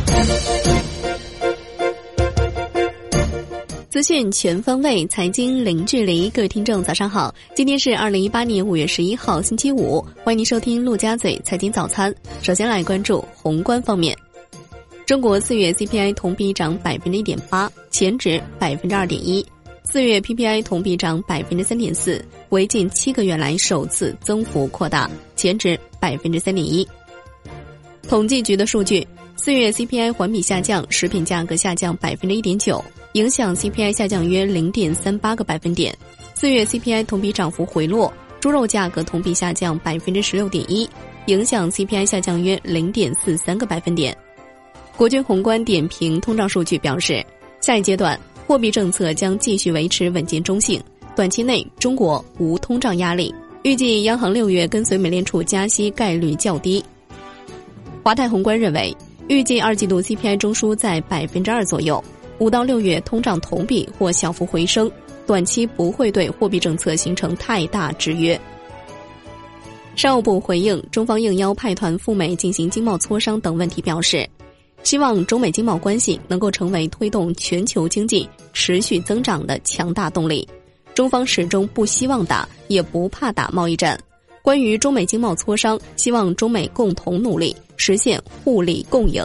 资讯全方位，财经零距离。各位听众早上好，今天是2018年5月11号星期五，欢迎您收听陆家嘴财经早餐。首先来关注宏观方面，中国4月 CPI 同比涨 1.8%， 前值 2.1%， 4月 PPI 同比涨 3.4%， 为近7个月来首次增幅扩大，前值 3.1%。 统计局的数据，4月 CPI 环比下降，食品价格下降 1.9%， 影响 CPI 下降约 0.38个百分点。4月 CPI 同比涨幅回落，猪肉价格同比下降 16.1%， 影响 CPI 下降约 0.43个百分点。国军宏观点评通胀数据表示，下一阶段货币政策将继续维持稳健中性，短期内中国无通胀压力，预计央行6月跟随美联储加息概率较低。华泰宏观认为，预计二季度 CPI 中枢在 2% 左右，5到6月通胀同比或小幅回升，短期不会对货币政策形成太大制约。商务部回应中方应邀派团赴美进行经贸磋商等问题表示，希望中美经贸关系能够成为推动全球经济持续增长的强大动力。中方始终不希望打，也不怕打贸易战。关于中美经贸磋商，希望中美共同努力，实现互利共赢。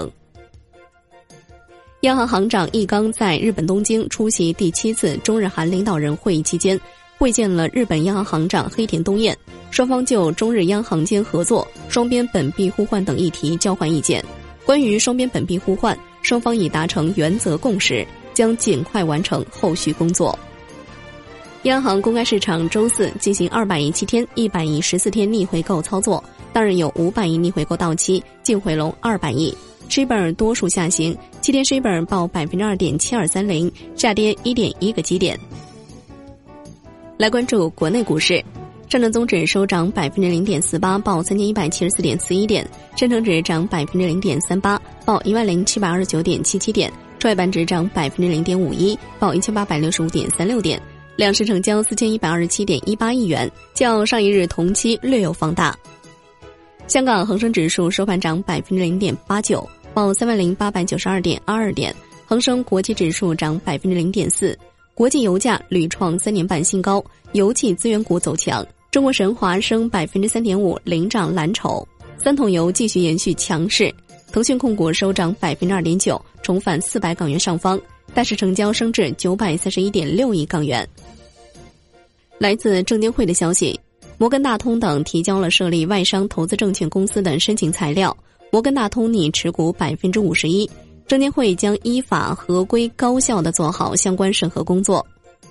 央行行长易纲在日本东京出席第7次中日韩领导人会议期间，会见了日本央行行长黑田东彦，双方就中日央行间合作、双边本币互换等议题交换意见。关于双边本币互换，双方已达成原则共识，将尽快完成后续工作。央行公开市场周4进行200亿7天、100亿14天逆回购操作，当日有500亿逆回购到期，净回笼200亿。Shibor 多数下行，7天 Shibor 报 2.7230， 下跌 1.1 个基点。来关注国内股市，上证综指收涨 0.48%， 报 3174.41 点，深成指涨 0.38%， 报 10,729.77 点，创业板指涨 0.51%， 报 1865.36 点。两市成交 4127.18 亿元，较上一日同期略有放大。香港恒生指数收盘涨 0.89%， 报 30,892.22 点，恒生国际指数涨 0.4%。 国际油价屡创3年半新高，油气资源股走强，中国神华升 3.5%， 领涨蓝筹，三桶油继续延续强势。腾讯控股收涨 2.9%， 重返400港元上方，大市成交升至 931.6 亿港元。来自证监会的消息，摩根大通等提交了设立外商投资证券公司的申请材料，摩根大通拟持股 51%， 证监会将依法合规高效地做好相关审核工作。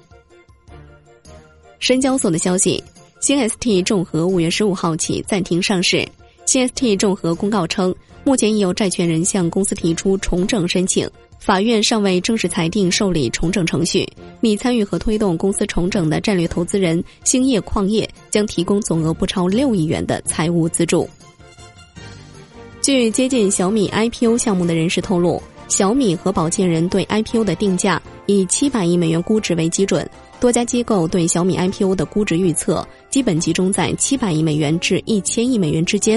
深交所的消息，新 ST 众和5月15号起暂停上市。新 ST 众和公告称，目前已有债权人向公司提出重整申请，法院尚未正式裁定受理重整程序，拟参与和推动公司重整的战略投资人兴业矿业将提供总额不超6亿元的财务资助。据接近小米 IPO 项目的人士透露，小米和保荐人对 IPO 的定价以700亿美元估值为基准，多家机构对小米 IPO 的估值预测基本集中在700亿美元至1000亿美元之间。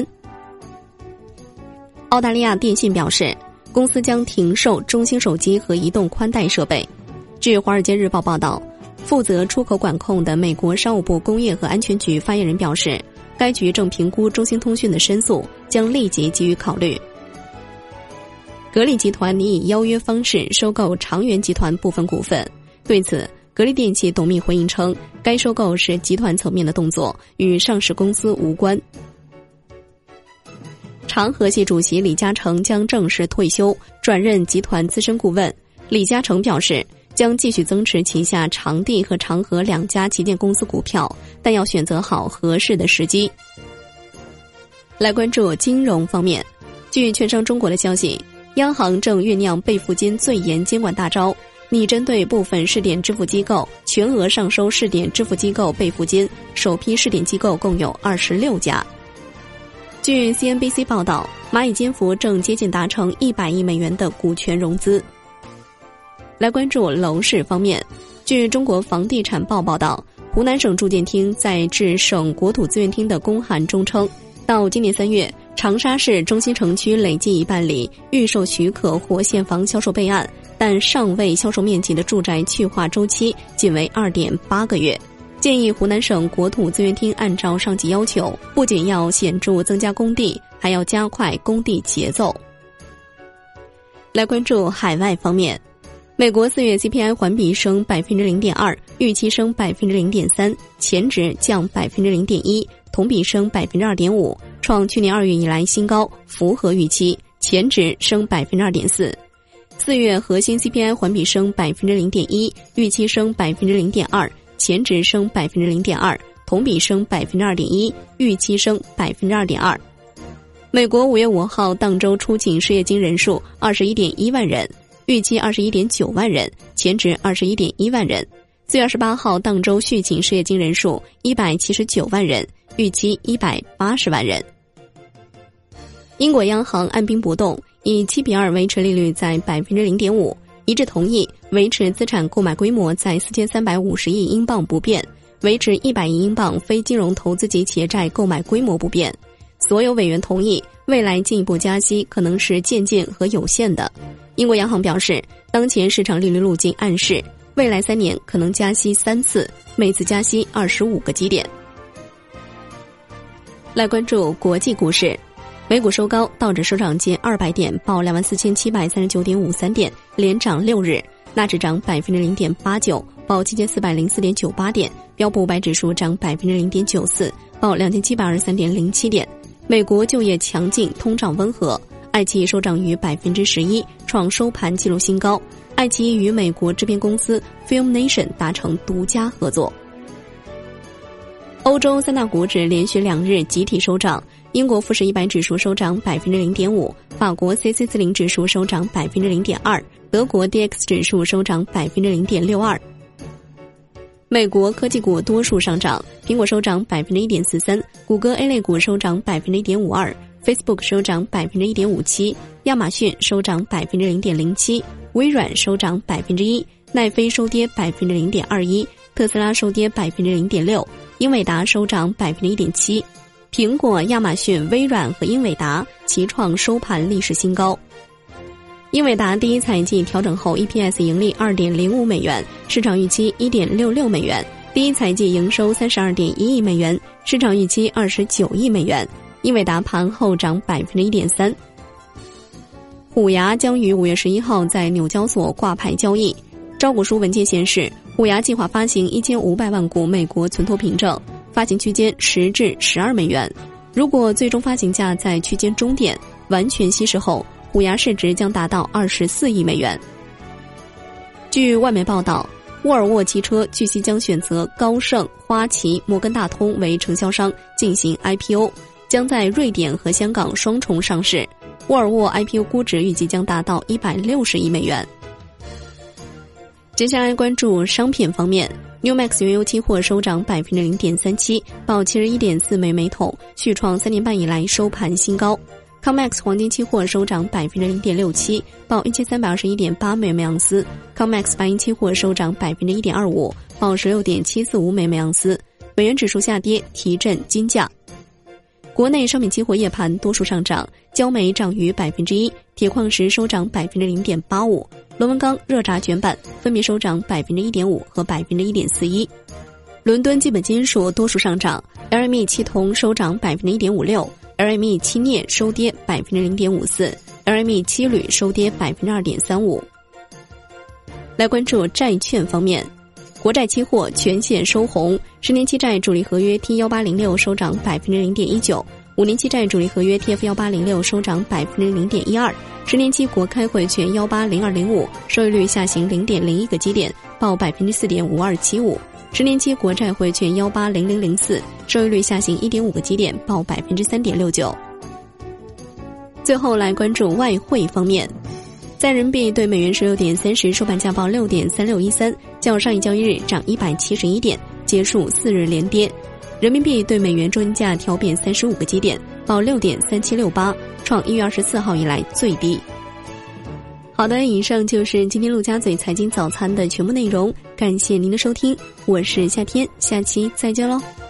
澳大利亚电信表示，公司将停售中兴手机和移动宽带设备。据《华尔街日报》报道，负责出口管控的美国商务部工业和安全局发言人表示，该局正评估中兴通讯的申诉，将立即给予考虑。格力集团拟以邀约方式收购长源集团部分股份，对此，格力电器董秘回应称，该收购是集团层面的动作，与上市公司无关。长和系主席李嘉诚将正式退休，转任集团资深顾问。李嘉诚表示，将继续增持旗下长地和长和2家旗舰公司股票，但要选择好合适的时机。来关注金融方面，据券商中国的消息，央行正酝酿备付金最严监管大招，拟针对部分试点支付机构全额上收试点支付机构备付金，首批试点机构共有26家。据 CNBC 报道，蚂蚁金服正接近达成100亿美元的股权融资。来关注楼市方面，据中国房地产报报道，湖南省住建厅在致省国土资源厅的公函中称，到今年3月， 长沙市中心城区累计已办理预售许可或现房销售备案，但尚未销售面积的住宅去化周期仅为 2.8 个月。建议湖南省国土资源厅按照上级要求，不仅要显著增加供地，还要加快供地节奏。来关注海外方面，美国4月 CPI 环比升 0.2%， 预期升 0.3%， 前值降 0.1%， 同比升 2.5%， 创去年2月以来新高，符合预期，前值升 2.4%。4月核心 CPI 环比升 0.1%， 预期升 0.2%， 前值升 0.2%， 同比升 2.1%， 预期升 2.2%。美国5月5号当周出勤失业金人数 21.1 万人，预期 21.9 万人，前值 21.1 万人。4月28号当周续勤失业金人数179万人，预期180万人。英国央行按兵不动，以7:2维持利率在 0.5%， 一致同意维持资产购买规模在4350亿英镑不变，维持100亿英镑非金融投资级企业债购买规模不变。所有委员同意，未来进一步加息可能是渐进和有限的。英国央行表示，当前市场利率路径暗示，未来3年可能加息3次，每次加息25个基点。来关注国际股市，美股收高，道指收涨近200点，报24,739.53点，连涨6日；纳指涨 0.89%， 报7404.98点；标普500指数涨 0.94%， 报2723.07点。美国就业强劲，通胀温和，爱奇艺收涨逾 11%， 创收盘纪录新高。爱奇艺与美国制片公司 FilmNation 达成独家合作。欧洲3大股指连续2日集体收涨，英国富时100指数收涨 0.5%， 法国 CAC40 指数收涨 0.2%， 德国 DAX 指数收涨 0.62%。美国科技股多数上涨，苹果收涨 1.43%， 谷歌 A 类股收涨 1.52%， Facebook 收涨 1.57%， 亚马逊收涨 0.07%， 微软收涨 1%， 奈飞收跌 0.21%， 特斯拉收跌 0.6%， 英伟达收涨 1.7%。 苹果、亚马逊、微软和英伟达齐创收盘历史新高。英伟达第一财季调整后 EPS 盈利 2.05 美元，市场预期 1.66 美元，第一财季营收 32.1 亿美元，市场预期29亿美元。英伟达盘后涨 1.3%。 虎牙将于5月11号在纽交所挂牌交易。招股书文件显示，虎牙计划发行1500万股美国存托凭证，发行区间10至12美元。如果最终发行价在区间中点，完全稀释后，虎牙市值将达到24亿美元。据外媒报道，沃尔沃汽车据悉将选择高盛、花旗、摩根大通为承销商进行 IPO， 将在瑞典和香港双重上市。沃尔沃 IPO 估值预计将达到160亿美元。接下来关注商品方面， Newmax 原油期货收涨 0.37%， 报71.4美每桶，续创3年半以来收盘新高。COMEX 黄金期货收涨 0.67%， 报1321.8美每盎司。COMEX 白银期货收涨 1.25%， 报16.745美每盎司。美元指数下跌，提振金价。国内商品期货夜盘多数上涨，焦煤涨逾 1%， 铁矿石收涨 0.85%， 螺纹钢、热轧卷板分别收涨 1.5% 和 1.41%。伦敦基本金属多数上涨， LME 期铜收涨 1.56%， LME 期镍收跌 0.54%， LME 期铝收跌 2.35%。 来关注债券方面，国债期货全线收红，10年期债主力合约 T1806 收涨 0.19%， 5年期债主力合约 TF1806 收涨 0.12%， 10年期国开汇券180205收益率下行 0.01 个基点，报 4.5275%， 10年期国债汇券180004收益率下行 1.5 个基点，报 3.69%。 最后来关注外汇方面，在人民币对美元16.30收盘价报 6.3613， 较上一交易日涨171点，结束4日连跌。人民币对美元中间价调贬35个基点，报 6.3768， 创1月24号以来最低。好的，以上就是今天陆家嘴财经早餐的全部内容，感谢您的收听，我是夏天，下期再见喽。